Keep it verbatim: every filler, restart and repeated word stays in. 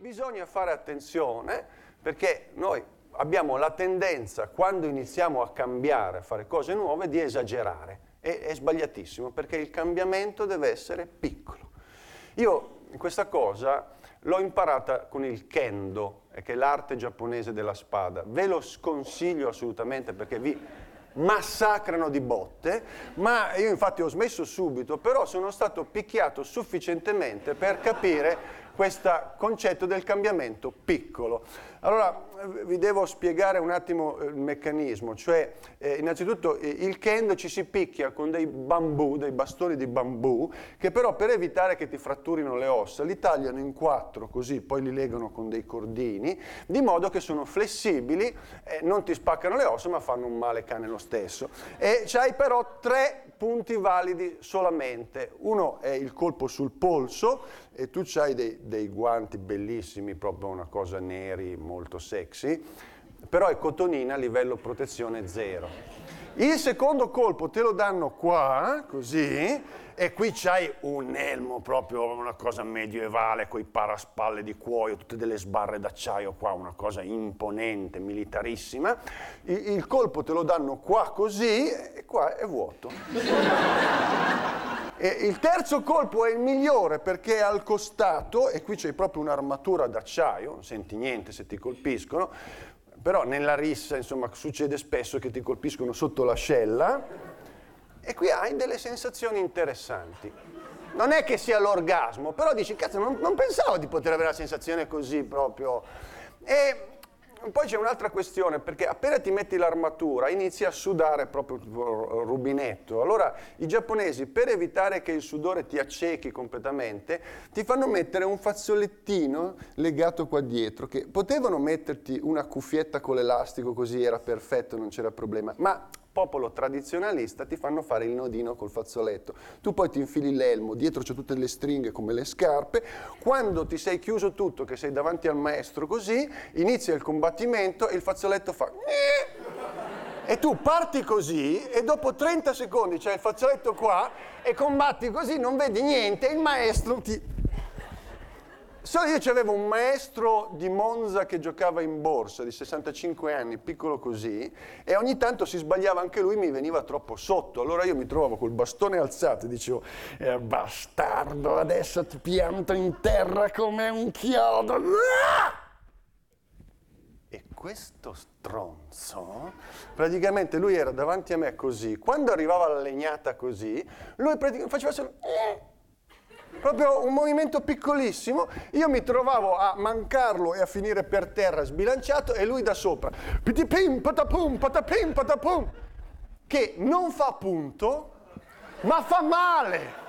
bisogna fare attenzione perché noi abbiamo la tendenza, quando iniziamo a cambiare, a fare cose nuove, di esagerare. È, è sbagliatissimo perché il cambiamento deve essere piccolo. Io questa cosa l'ho imparata con il kendo, che è l'arte giapponese della spada. Ve lo sconsiglio assolutamente perché vi massacrano di botte, ma io infatti ho smesso subito, però sono stato picchiato sufficientemente per capire questo concetto del cambiamento piccolo. Allora, vi devo spiegare un attimo il meccanismo, cioè eh, innanzitutto eh, il kendo ci si picchia con dei bambù, dei bastoni di bambù, che però per evitare che ti fratturino le ossa li tagliano in quattro così, poi li legano con dei cordini, di modo che sono flessibili, eh, non ti spaccano le ossa ma fanno un male cane lo stesso. E c'hai però tre punti validi solamente, uno è il colpo sul polso e tu c'hai dei, dei guanti bellissimi, proprio una cosa neri, molto sexy, però è cotonina a livello protezione zero. Il secondo colpo te lo danno qua, così, e qui c'hai un elmo, proprio una cosa medievale, coi paraspalle di cuoio, tutte delle sbarre d'acciaio qua, una cosa imponente, militarissima. Il, il colpo te lo danno qua così, e qua è vuoto. E il terzo colpo è il migliore perché è al costato, e qui c'è proprio un'armatura d'acciaio, non senti niente se ti colpiscono, però nella rissa, insomma, succede spesso che ti colpiscono sotto l'ascella, e qui hai delle sensazioni interessanti. Non è che sia l'orgasmo, però dici, cazzo, non, non pensavo di poter avere una sensazione così proprio. E poi c'è un'altra questione, perché appena ti metti l'armatura inizi a sudare proprio tipo rubinetto. Allora i giapponesi, per evitare che il sudore ti accechi completamente, ti fanno mettere un fazzolettino legato qua dietro, che potevano metterti una cuffietta con l'elastico così era perfetto, non c'era problema, ma popolo tradizionalista ti fanno fare il nodino col fazzoletto. Tu poi ti infili l'elmo, dietro c'è tutte le stringhe come le scarpe, quando ti sei chiuso tutto, che sei davanti al maestro così, inizia il combattimento e il fazzoletto fa... E tu parti così e dopo trenta secondi c'è il fazzoletto qua e combatti così, non vedi niente e il maestro ti... Solo io c'avevo un maestro di Monza che giocava in borsa, di sessantacinque anni, piccolo così, e ogni tanto si sbagliava anche lui, mi veniva troppo sotto. Allora io mi trovavo col bastone alzato e dicevo, eh, bastardo, adesso ti pianto in terra come un chiodo. E questo stronzo, praticamente lui era davanti a me così, quando arrivava la legnata così, lui praticamente faceva solo... proprio un movimento piccolissimo, io mi trovavo a mancarlo e a finire per terra sbilanciato e lui da sopra, pitipim, patapum, patapim, patapum, che non fa punto, ma fa male.